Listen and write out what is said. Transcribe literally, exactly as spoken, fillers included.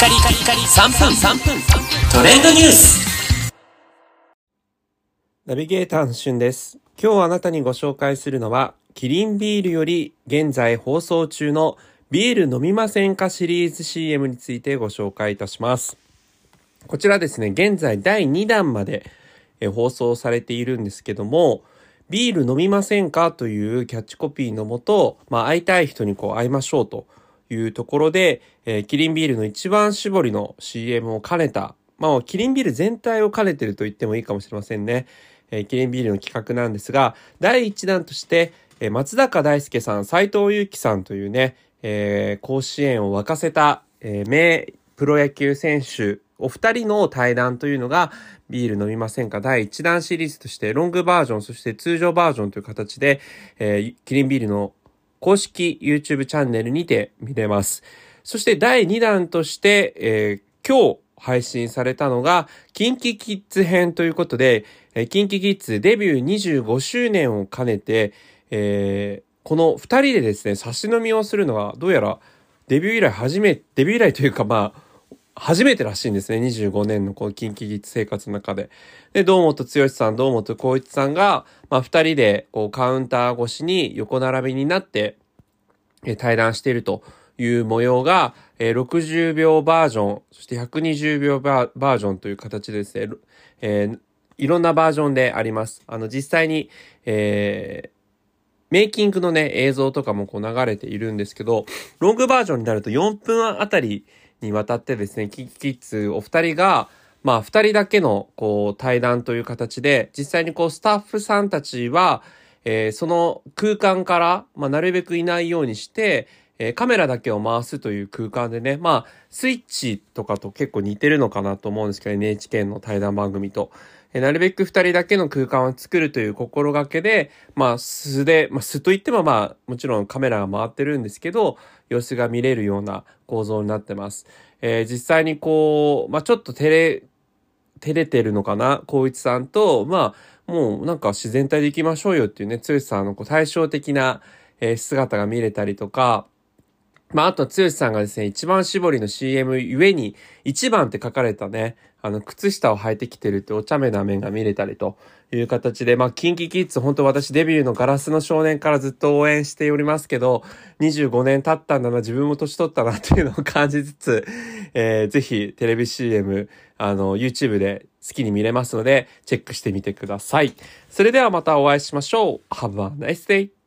カリカリカリさんぷんさんぷんトレンドニュース。 ナビゲーターのしゅんです。今日あなたにご紹介するのはキリンビールより現在放送中のビール飲みませんかシリーズ シーエム についてご紹介いたします。こちらですね、現在だいにだんまで放送されているんですけども、ビール飲みませんかというキャッチコピーのもと、まあ、会いたい人にこう会いましょうというところで、えー、キリンビールの一番搾りの シーエム を兼ねた、まあ、キリンビール全体を兼ねていると言ってもいいかもしれませんね。えー、キリンビールの企画なんですが、だいいちだんとして、えー、松坂大輔さん、斉藤佑樹さんというね、えー、甲子園を沸かせた、えー、名プロ野球選手お二人の対談というのがビール飲みませんかだいいちだんシリーズとしてロングバージョンそして通常バージョンという形で、えー、キリンビールの公式 YouTube チャンネルにて見れます。そしてだいにだんとして、えー、今日配信されたのがキンキキッズ編ということで、えー、キンキキッズデビューにじゅうごしゅうねんを兼ねて、えー、この二人でですね差し飲みをするのはどうやらデビュー以来初めてデビュー以来というかまあ初めてらしいんですね。にじゅうごねんのこのキンキキッズ生活の中で。で、堂本剛さん、堂本光一さんが、まあ二人でこうカウンター越しに横並びになって、えー、対談しているという模様が、えー、ろくじゅうびょうバージョン、そしてひゃくにじゅうびょうバー、バージョンという形でですね、えー、いろんなバージョンであります。あの、実際に、えー、メイキングのね、映像とかもこう流れているんですけど、ロングバージョンになるとよんぷんあたりにわたってですね、キンキキッズお二人が、まあ二人だけのこう対談という形で、実際にこうスタッフさんたちは、えー、その空間から、まあなるべくいないようにして、えー、カメラだけを回すという空間でね、まあスイッチとかと結構似てるのかなと思うんですけど、エヌエイチケー の対談番組と。えー、なるべく二人だけの空間を作るという心がけで、まあ素で、まあ素といってもまあもちろんカメラが回ってるんですけど、様子が見れるような構造になってます。えー、実際にこう、まあ、ちょっと照れ、照れてるのかな光一さんと、まあ、もうなんか自然体で行きましょうよっていうね、剛さんのこう対照的な、えー、姿が見れたりとか、まあ、あとは剛さんがですね、一番搾りの シーエム ゆえに、一番って書かれたね、あの、靴下を履いてきてるってお茶目な面が見れたりという形で、まあ、キンキキッズ、本当私デビューのガラスの少年からずっと応援しておりますけど、にじゅうごねん経ったんだな、自分も年取ったなっていうのを感じつつ、えー、ぜひテレビ シーエム、あの、YouTube で好きに見れますので、チェックしてみてください。それではまたお会いしましょう。Have a nice day!